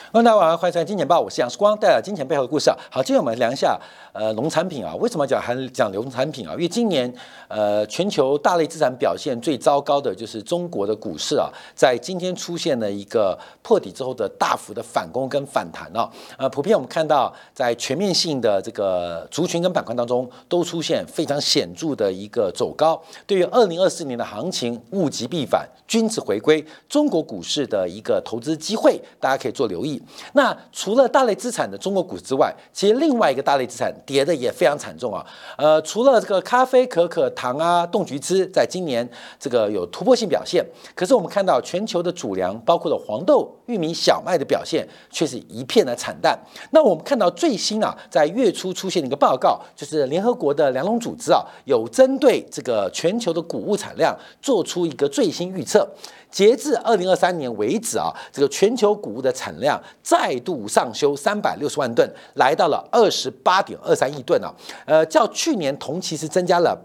大家晚上欢迎收看《金钱报》，我是杨世光，带来金钱背后的故事啊。好，今天我们聊一下农产品啊，为什么讲农产品啊？因为今年全球大类资产表现最糟糕的就是中国的股市啊，在今天出现了一个破底之后的大幅的反攻跟反弹啊。普遍我们看到在全面性的这个族群跟板块当中，都出现非常显著的一个走高。对于2024年的行情，物极必反，均值回归，中国股市的一个投资机会，大家可以做留意。那除了大类资产的中国股市之外，其实另外一个大类资产跌的也非常惨重啊。除了这个咖啡、可可、糖啊、冻橘汁，在今年这个有突破性表现，可是我们看到全球的主粮，包括了黄豆、玉米、小麦的表现，却是一片的惨淡。那我们看到最新啊，在月初出现的一个报告，就是联合国的粮农组织啊，有针对这个全球的谷物产量做出一个最新预测。截至2023年为止啊，这个全球谷物的产量再度上修360万吨，来到了28.23亿吨啊，较去年同期是增加了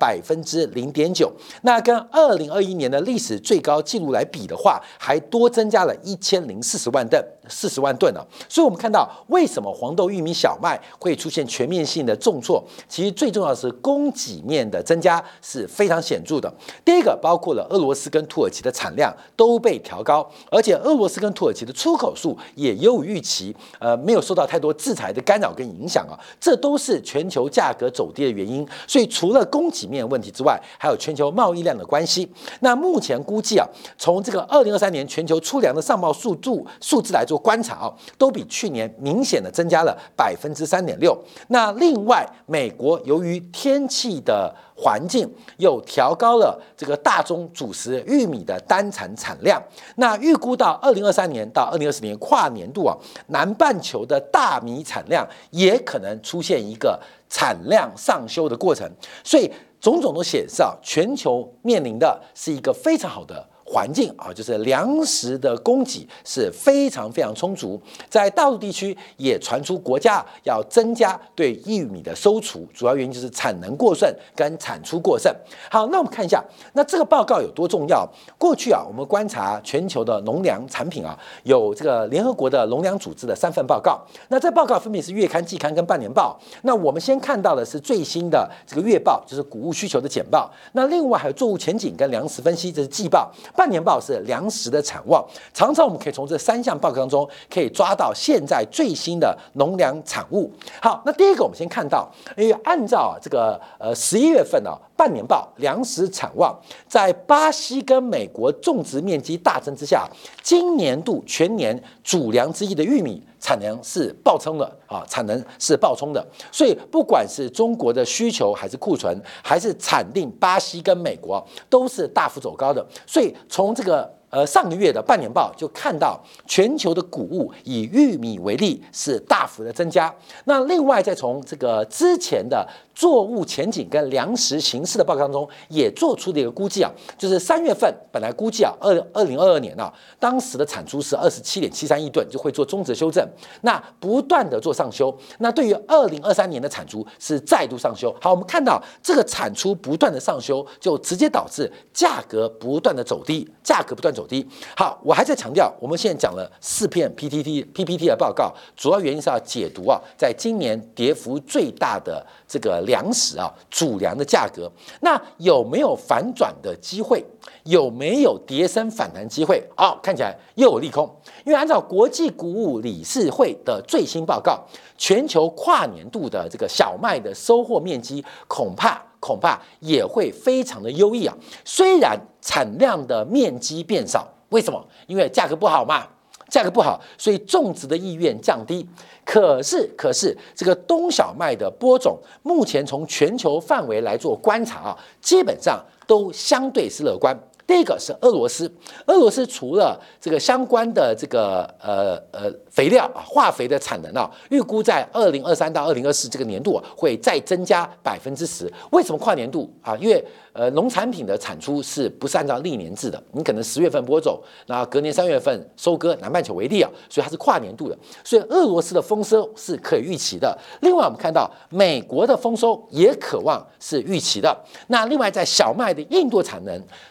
0.9%。那跟2021年的历史最高纪录来比的话，还多增加了1040万吨啊。所以我们看到为什么黄豆、玉米、小麦会出现全面性的重挫，其实最重要的是供给面的增加是非常显著的。第一个包括了俄罗斯跟土耳其的产量都被调高，而且俄罗斯跟土耳其的出口数也优于预期，没有受到太多制裁的干扰跟影响啊，这都是全球价格走低的原因。所以除了供给面问题之外，还有全球贸易量的关系。那目前估计啊，从这个2023年全球出粮的上报数字来做观察啊，都比去年明显的增加了3.6%。那另外，美国由于天气的环境又调高了这个大宗主食玉米的单产量，那预估到2023年到2020年跨年度啊，南半球的大米产量也可能出现一个产量上修的过程，所以种种都显示啊，全球面临的是一个非常好的环境啊，就是粮食的供给是非常充足。在大陆地区也传出国家要增加对玉米的收储，主要原因就是产能过剩跟产出过剩。好，那我们看一下，那这个报告有多重要？过去啊，我们观察全球的农粮产品啊，有这个联合国的农粮组织的3份报告。那这报告分别是月刊、季刊跟半年报。那我们先看到的是最新的这个月报，就是谷物需求的简报。那另外还有作物前景跟粮食分析，这是季报。半年报是粮食的产望，常常我们可以从这3项报告当中可以抓到现在最新的农粮产物。好，那第一个我们先看到，因为按照这个11月份啊半年报粮食产望，在巴西跟美国种植面积大增之下，今年度全年主粮之一的玉米产能是暴冲的啊，所以不管是中国的需求还是库存，还是产定巴西跟美国都是大幅走高的，所以从这个上个月的半年报就看到全球的谷物以玉米为例是大幅的增加。那另外再从这个之前的作物前景跟粮食形势的报告当中也做出的一个估计啊，就是3月份本来估计啊2022年啊，当时的产出是27.73亿吨，就会做终值修正，那不断的做上修。那对于2023年的产出是再度上修。好，我们看到这个产出不断的上修，就直接导致价格不断的走低，好，我还在强调，我们现在讲了4篇 PPT 的报告，主要原因是要解读啊，在今年跌幅最大的这个粮食啊，主粮的价格，那有没有反转的机会？有没有跌升反弹机会？看起来又有利空，因为按照国际谷物理事会的最新报告，全球跨年度的这个小麦的收获面积恐怕也会非常的优异啊。虽然产量的面积变少，为什么？因为价格不好嘛。所以种植的意愿降低。可是这个冬小麦的播种，目前从全球范围来做观察啊，基本上都相对是乐观。第一个是俄罗斯除了这个相关的这个肥料化肥的产能啊，预估在2023到2024这个年度会再增加10%。为什么跨年度啊？因为农产品的产出是不是按照历年制的？你可能10月份播种，那隔年3月份收割，南半球为例啊，所以它是跨年度的。所以俄罗斯的丰收是可以预期的。另外，我们看到美国的丰收也渴望是预期的。那另外，在小麦的印度产量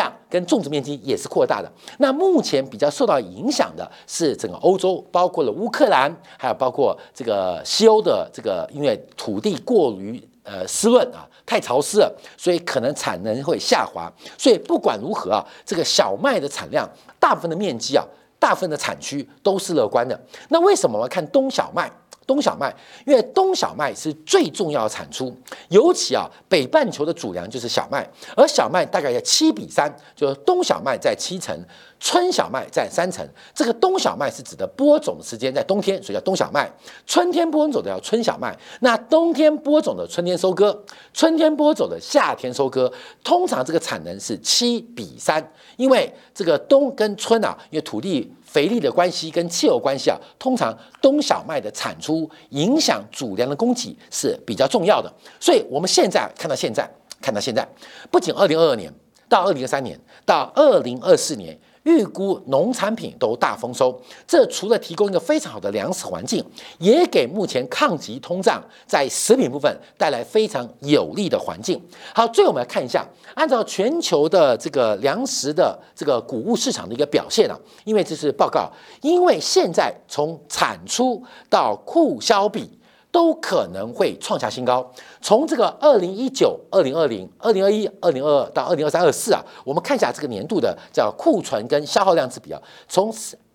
量跟种植面积也是扩大的。那目前比较受到影响的是整个欧洲，包括了乌克兰，还有包括这个西欧的这个，因为土地过于湿润啊，太潮湿了，所以可能产能会下滑。所以不管如何啊，这个小麦的产量大部分的面积啊，大部分的产区都是乐观的。那为什么我们看冬小麦？冬小麦，因为冬小麦是最重要的产出，尤其啊，北半球的主粮就是小麦，而小麦大概要7:3，就是冬小麦在7成，春小麦占3成。这个冬小麦是指的播种的时间在冬天，所以叫冬小麦；春天播种的叫春小麦。那冬天播种的春天收割，春天播种的夏天收割，通常这个产能是7:3，因为这个冬跟春啊，因为土地肥力的关系跟气候关系啊，通常冬小麦的产出影响主粮的供给是比较重要的。所以我们现在看到现在，不仅2022年到2023年到2024年。预估农产品都大丰收，这除了提供一个非常好的粮食环境，也给目前抗击通胀在食品部分带来非常有利的环境。好，最后我们来看一下，按照全球的这个粮食的这个谷物市场的一个表现啊，因为这是报告，因为现在从产出到库销比都可能会创下新高。从这个2019、2020、2021、2022到2023、24啊，我们看一下这个年度的叫库存跟消耗量之比啊，从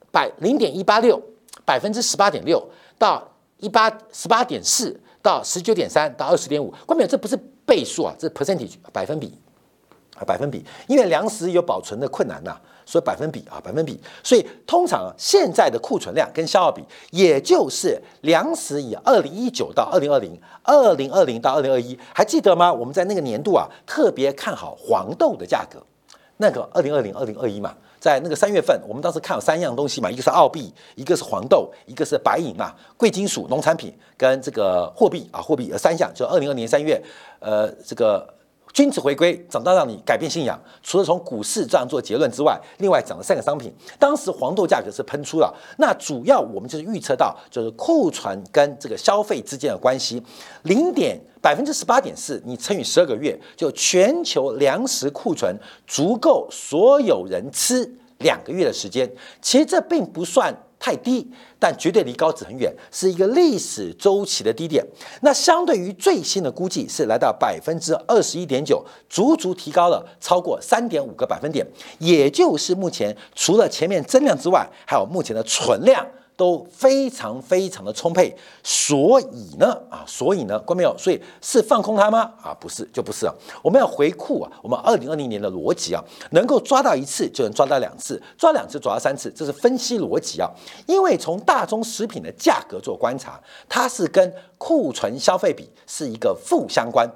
0.186%、18.6%到18.4%到19.3%到20.5%，关键这不是倍数啊，这是 percentage 百分比，因为粮食有保存的困难呐、所以百分比，所以通常现在的库存量跟消耗比，也就是粮食以2019到2020、2020到2021，还记得吗？我们在那个年度啊，特别看好黄豆的价格。那个2020、2021嘛，在那个3月份，我们当时看有3样东西嘛，一个是澳币，一个是黄豆，一个是白银嘛，贵金属、农产品跟这个货币3项，就2020年3月，这个。君子回归，涨到让你改变信仰。除了从股市这样做结论之外，另外涨了3个商品。当时黄豆价格是喷出了，那主要我们就是预测到，就是库存跟这个消费之间的关系，18.4%，你乘以12个月，就全球粮食库存足够所有人吃2个月的时间。其实这并不算太低，但绝对离高值很远，是一个历史周期的低点。那相对于最新的估计是来到21.9%，足足提高了超过3.5个百分点，也就是目前除了前面增量之外，还有目前的存量。都非常的充沛，所以呢，关没有？所以是放空它吗？不是，就不是啊。我们要回顾啊，我们2020年的逻辑啊，能够抓到1次就能抓到2次，抓2次抓到3次，这是分析逻辑啊。因为从大宗食品的价格做观察，它是跟库存消费比是一个负相关，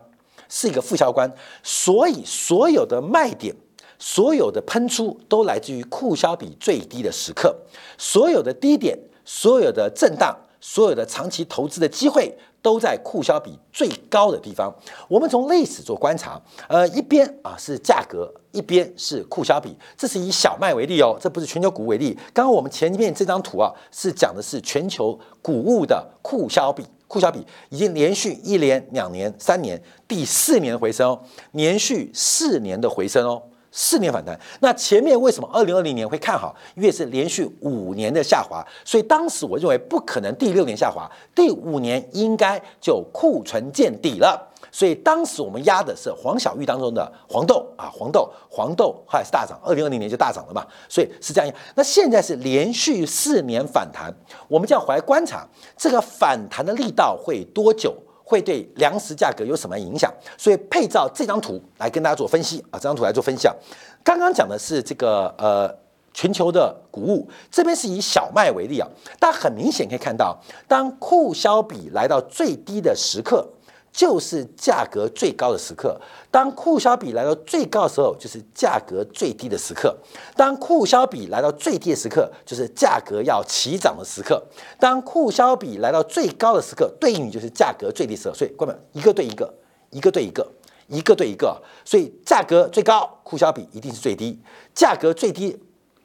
所以所有的卖点。所有的喷出都来自于库销比最低的时刻，所有的低点、所有的震荡、所有的长期投资的机会都在库销比最高的地方。我们从历史做观察，一边是价格，一边是库销比。这是以小麦为例哦，这不是全球谷物为例。刚刚我们前面这张图啊，是讲的是全球谷物的库销比。库销比已经连续1年、2年、3年，第4年的回升哦，连续4年的回升哦。4年反弹，那前面为什么2020年会看好？因为是连续5年的下滑，所以当时我认为不可能第6年下滑，第5年应该就库存见底了。所以当时我们压的是黄小玉当中的黄豆啊，黄豆后来是大涨，2020年就大涨了嘛，所以是这样。那现在是连续4年反弹，我们就要回来观察这个反弹的力道会多久。会对粮食价格有什么影响？所以配照这张图来跟大家做分析啊，这张图来做分析啊。刚刚讲的是这个全球的谷物，这边是以小麦为例啊，大家很明显可以看到，当库销比来到最低的时刻，就是价格最高的时刻。当库销比来到最高的时候，就是价格最低的时刻；当库销比来到最低的时刻，就是价格要起涨的时刻；当库销比来到最高的时刻，对应就是价格最低时刻。所以，各位一个对一个，一个对一个，一个对一个。所以，价格最高，库销比一定是最低；价格最低，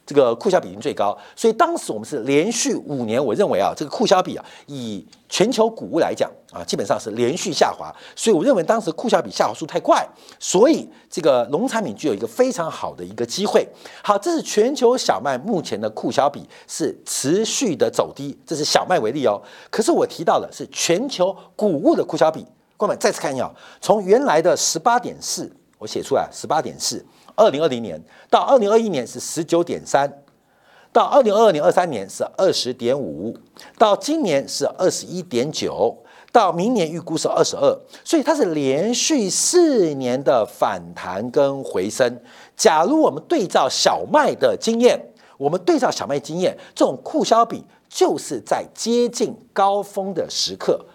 这个库销比已经最高，所以当时我们是连续5年，我认为这个库销比以全球谷物来讲基本上是连续下滑，所以我认为当时库销比下滑速太快，所以这个农产品具有一个非常好的一个机会。好，这是全球小麦目前的库销比是持续的走低，这是小麦为例哦。可是我提到的是全球谷物的库销比，各位再次看一下，从原来的18.4，我写出来18.4，2020年到2021年是19.3，到2022年、23年是20.5，到今年是21.9，到明年预估是22，所以它是连续4年的反弹跟回升。假如我们对照小麦的经验，这种库销比就是在接近高峰的时刻，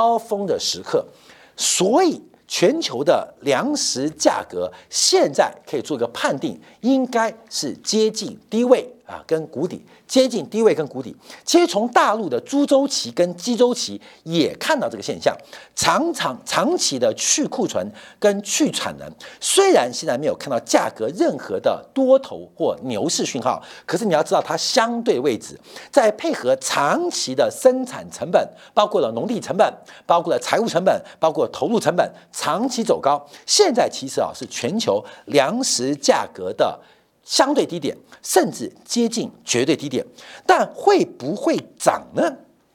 所以全球的粮食价格现在可以做一个判定，应该是接近低位跟谷底，其实从大陆的猪周期跟鸡周期也看到这个现象，长期的去库存跟去产能，虽然现在没有看到价格任何的多头或牛市讯号，可是你要知道它相对位置，在配合长期的生产成本，包括了农地成本，包括了财务成本，包括投入成本，长期走高，现在其实是全球粮食价格的相对低点，甚至接近绝对低点，但会不会涨呢？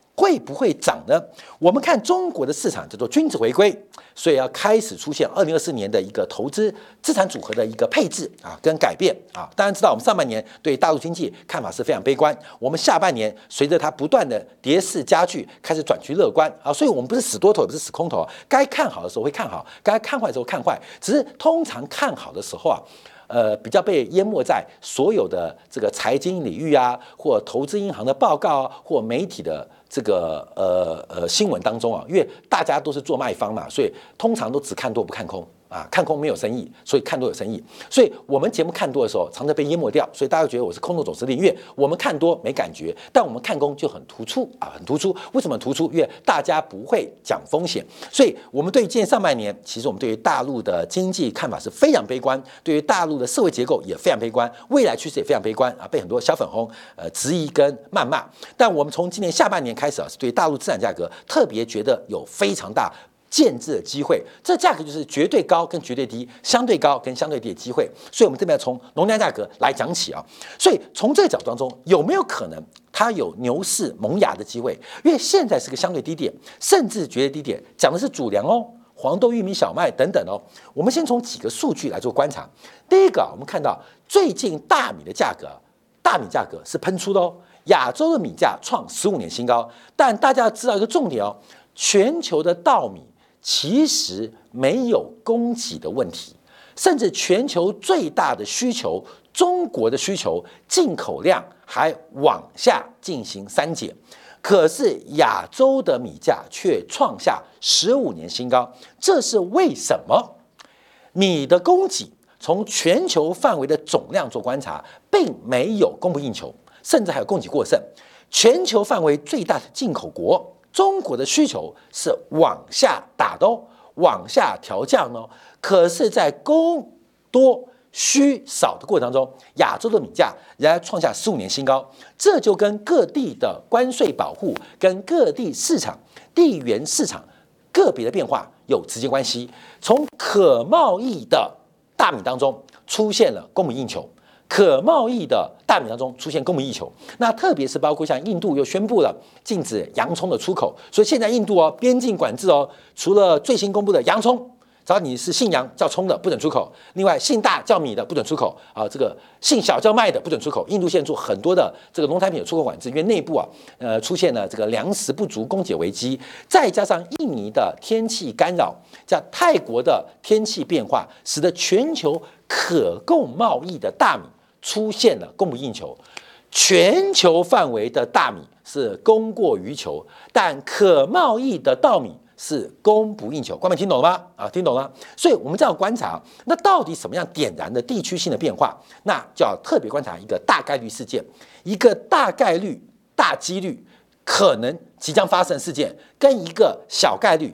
我们看中国的市场叫做均值回归，所以要开始出现2024年的一个投资资产组合的一个配置跟改变当然知道我们上半年对大陆经济看法是非常悲观，我们下半年随着它不断的跌势加剧，开始转趋乐观所以我们不是死多头，也不是死空头该看好的时候会看好，该看坏的时候看坏，只是通常看好的时候比较被淹没在所有的这个财经领域或投资银行的报告或媒体的这个新闻当中因为大家都是做卖方嘛，所以通常都只看多不看空看空没有生意，所以看多有生意，所以我们节目看多的时候常常被淹没掉，所以大家觉得我是空头走势力，因为我们看多没感觉，但我们看空就很突出为什么突出？因为大家不会讲风险，所以我们对于今年上半年，其实我们对于大陆的经济看法是非常悲观，对于大陆的社会结构也非常悲观，未来趋势也非常悲观被很多小粉红质疑跟谩骂。但我们从今年下半年开始是对大陆资产价格特别觉得有非常大建制的机会，这价格就是绝对高跟绝对低，相对高跟相对低的机会。所以我们这边要从农粮价格来讲起所以从这个角度当中，有没有可能它有牛市萌芽的机会？因为现在是个相对低点，甚至绝对低点，讲的是主粮黄豆、玉米、小麦等等我们先从几个数据来做观察。第一个我们看到最近大米价格是喷出的亚洲的米价创15年新高，但大家要知道一个重点全球的稻米其实没有供给的问题，甚至全球最大的需求，中国的需求进口量还往下进行删减，可是亚洲的米价却创下15年新高，这是为什么？米的供给从全球范围的总量做观察，并没有供不应求，甚至还有供给过剩。全球范围最大的进口国中国的需求是往下打的往下调降可是在供多需少的过程当中，亚洲的米价仍然创下15年新高，这就跟各地的关税保护跟各地市场地缘市场个别的变化有直接关系。从可贸易的大米当中出现了供不应求，可贸易的大米当中出现供不应求，那特别是包括像印度又宣布了禁止洋葱的出口，所以现在印度边境管制除了最新公布的洋葱，只要你是姓杨叫葱的不准出口，另外姓大叫米的不准出口这个姓小叫麦的不准出口。印度现在做很多的这个农产品的出口管制，因为内部出现了这个粮食不足、供给危机，再加上印尼的天气干扰，加泰国的天气变化，使得全球可供贸易的大米出现了供不应求。全球范围的大米是供过于求，但可贸易的稻米是供不应求，观众听懂了吗？听懂了。所以我们这样观察，那到底什么样点燃的地区性的变化？那就要特别观察一个大概率事件，一个大概率、大几率可能即将发生的事件，跟一个小概率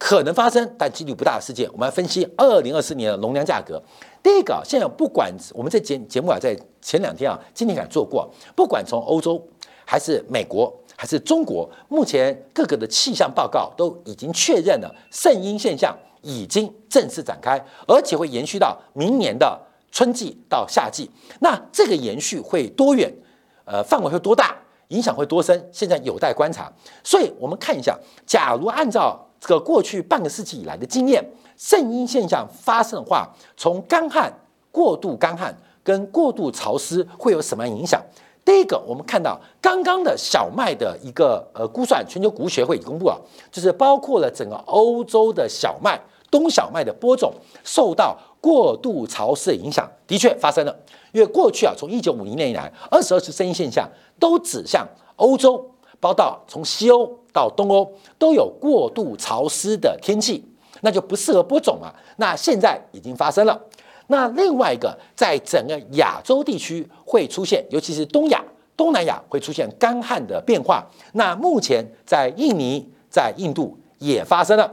可能发生但几率不大的事件，我们来分析2024年的农粮价格。第一个，现在不管我们这节目在前2天今天做过，不管从欧洲还是美国还是中国，目前各个的气象报告都已经确认了圣婴现象已经正式展开，而且会延续到明年的春季到夏季。那这个延续会多远？范围会多大？影响会多深？现在有待观察。所以我们看一下，假如按照这个过去半个世纪以来的经验，圣婴现象发生的话，从干旱、过度干旱跟过度潮湿会有什么样影响？第一个，我们看到刚刚的小麦的一个估算，全球谷物协会已公布了，就是包括了整个欧洲的小麦、冬小麦的播种受到过度潮湿的影响，的确发生了。因为过去从1950年以来，22次圣婴现象都指向欧洲，包括从西欧到东欧都有过度潮湿的天气，那就不适合播种嘛。那现在已经发生了。那另外一个，在整个亚洲地区会出现，尤其是东亚、东南亚会出现干旱的变化。那目前在印尼、在印度也发生了。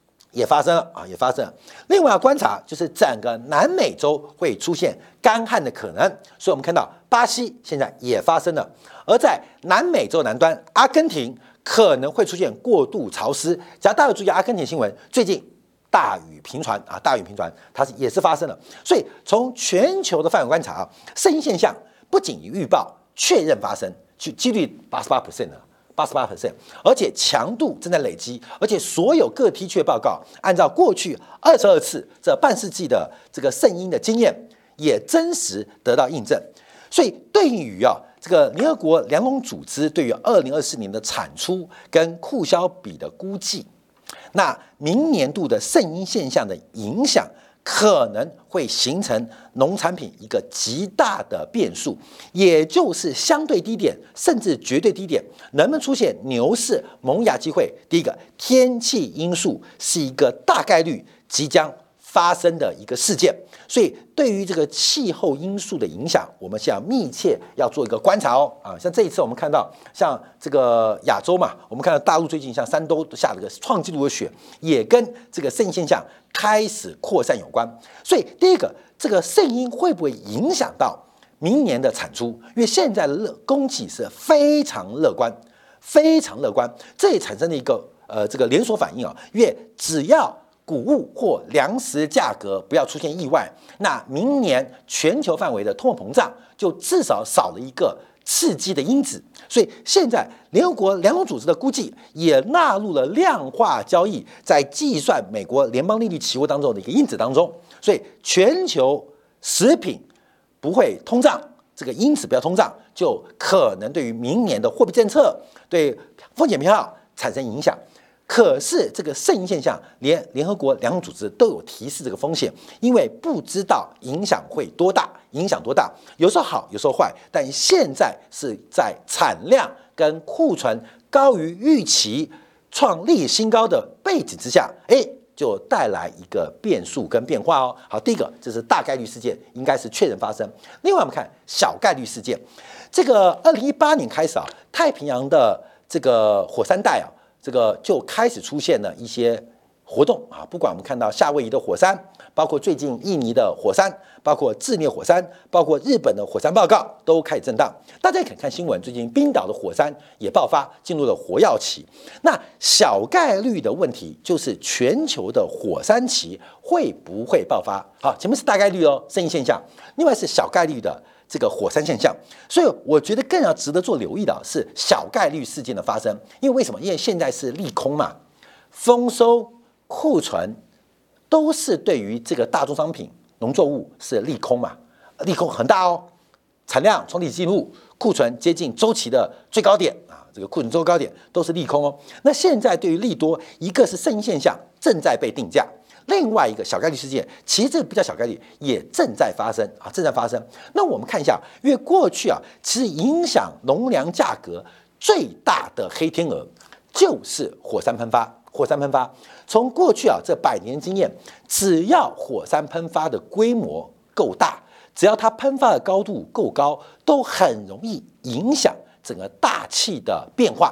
另外要观察就是整个南美洲会出现干旱的可能，所以我们看到巴西现在也发生了，而在南美洲南端，阿根廷可能会出现过度潮湿。只要大家注意阿根廷新闻，最近大雨频传，它也是发生了。所以从全球的范围观察圣婴现象不仅预报确认发生，几率88%了。88%，而且强度正在累积，而且所有各地区报告按照过去22次这半世纪的这个圣婴的经验，也真实得到印证。所以对于这个联合国粮农组织对于2024年的产出跟库销比的估计，那明年度的圣婴现象的影响，可能会形成农产品一个极大的变数，也就是相对低点甚至绝对低点能不能出现牛市萌芽机会。第一个，天气因素是一个大概率即将发生的一个事件，所以对于这个气候因素的影响，我们现在密切要做一个观察像这一次我们看到，像这个亚洲嘛，我们看到大陆最近像山东下了个创纪录的雪，也跟这个圣婴现象开始扩散有关。所以第一个，这个圣婴会不会影响到明年的产出？因为现在的供给是非常乐观，这也产生了一个这个连锁反应因为只要谷物或粮食价格不要出现意外，那明年全球范围的通货膨胀就至少少了一个刺激的因子。所以现在联合国粮农组织的估计也纳入了量化交易在计算美国联邦利率期货当中的一个因子当中，所以全球食品不会通胀，这个因子不要通胀，就可能对于明年的货币政策、对风险偏好产生影响。可是这个圣婴现象，连联合国粮农组织都有提示这个风险，因为不知道影响会多大，有时候好，有时候坏。但现在是在产量跟库存高于预期、创历史新高的背景之下，就带来一个变数跟变化好，第一个这是大概率事件，应该是确认发生。另外我们看小概率事件，这个2018年开始太平洋的这个火山带这个就开始出现了一些活动不管我们看到夏威夷的火山，包括最近印尼的火山，包括智利火山，包括日本的火山报告都开始震荡。大家也可以看新闻，最近冰岛的火山也爆发，进入了活跃期。那小概率的问题就是全球的火山期会不会爆发？好，前面是大概率圣婴现象，另外是小概率的这个火山现象，所以我觉得更要值得做留意的是小概率事件的发生。因为为什么？因为现在是利空嘛，丰收、库存都是对于这个大宗商品、农作物是利空嘛，利空很大产量创历史纪录，库存接近周期的最高点这个库存最高点都是利空那现在对于利多，一个是圣婴现象正在被定价。另外一个小概率事件，其实这个不叫小概率，也正在发生那我们看一下，因为过去其实影响农粮价格最大的黑天鹅就是火山喷发。从过去这100年经验，只要火山喷发的规模够大，只要它喷发的高度够高，都很容易影响整个大气的变化。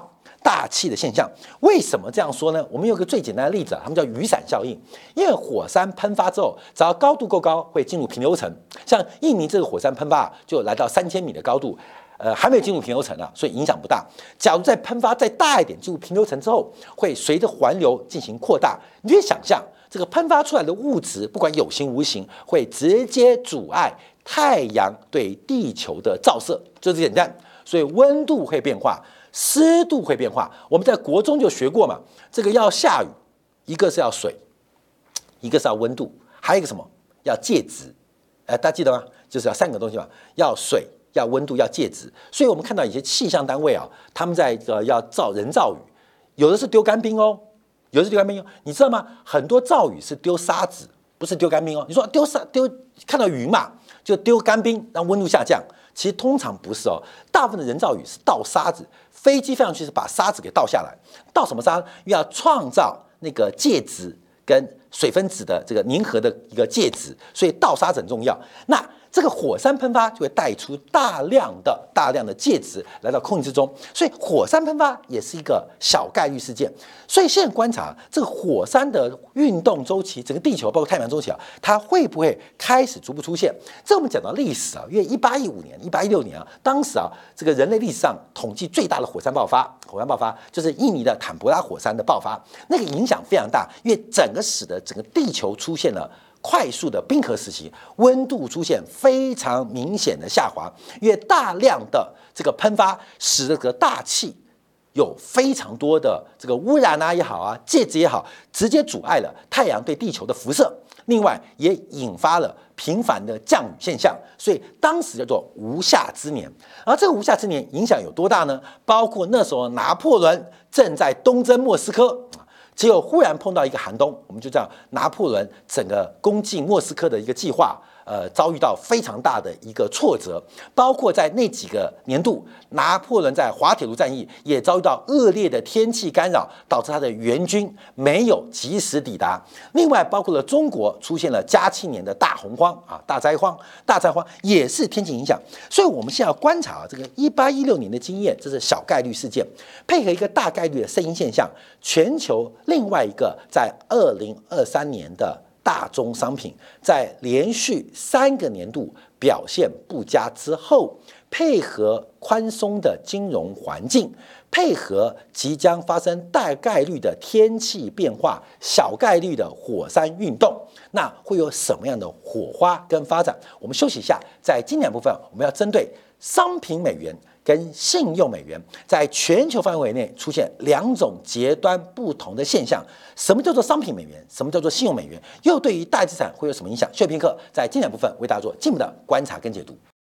大气的现象。为什么这样说呢？我们有个最简单的例子他们叫雨伞效应。因为火山喷发之后，只要高度够高，会进入平流层。像印尼这个火山喷发就来到3000米的高度，还没有进入平流层啊，所以影响不大。假如在喷发再大一点，进入平流层之后，会随着环流进行扩大。你可以想象，这个喷发出来的物质，不管有形无形，会直接阻碍太阳对地球的照射，就这么简单。所以温度会变化，湿度会变化。我们在国中就学过嘛，这个要下雨，一个是要水，一个是要温度，还有一个什么？要介质。大家记得吗？就是要3个东西嘛，要水、要温度、要介质。所以我们看到一些气象单位啊，他们在要造人造雨，有的是丢干冰哦，有的是丢干冰哦。你知道吗？很多造雨是丢沙子，不是丢干冰哦。你说看到云嘛，就丢干冰，让温度下降。其实通常不是哦，大部分的人造雨是倒沙子，飞机飞上去是把沙子给倒下来，倒什么沙？因为要创造那个介质跟水分子的这个凝合的一个介质，所以倒沙子很重要。那这个火山喷发就会带出大量的介质来到空气之中，所以火山喷发也是一个小概率事件。所以现在观察这个火山的运动周期，整个地球包括太阳周期啊，它会不会开始逐步出现？这我们讲到历史啊，因为1815年、1816年啊，当时啊，这个人类历史上统计最大的火山爆发就是印尼的坦博拉火山的爆发，那个影响非常大，因为整个使得整个地球出现了快速的冰河时期，温度出现非常明显的下滑，因为大量的这个喷发使得这个大气有非常多的这个污染也好啊，介质也好，直接阻碍了太阳对地球的辐射。另外也引发了频繁的降雨现象，所以当时叫做无夏之年。而这个无夏之年影响有多大呢？包括那时候拿破仑正在东征莫斯科。结果忽然碰到一个寒冬，我们就这样，拿破仑整个攻进莫斯科的一个计划，遭遇到非常大的一个挫折。包括在那几个年度，拿破仑在滑铁卢战役也遭遇到恶劣的天气干扰，导致他的援军没有及时抵达。另外，包括了中国出现了嘉庆年的大洪荒大灾荒也是天气影响。所以我们现在要观察这个1816年的经验，这是小概率事件，配合一个大概率的声音现象，全球另外一个在2023年的大宗商品，在连续3个年度表现不佳之后，配合宽松的金融环境，配合即将发生大概率的天气变化、小概率的火山运动，那会有什么样的火花跟发展？我们休息一下，在今年部分，我们要针对商品美元跟信用美元在全球范围内出现2种极端不同的现象。什么叫做商品美元？什么叫做信用美元？又对于大资产会有什么影响？休息片刻，在今年部分为大家做进一步的观察跟解读。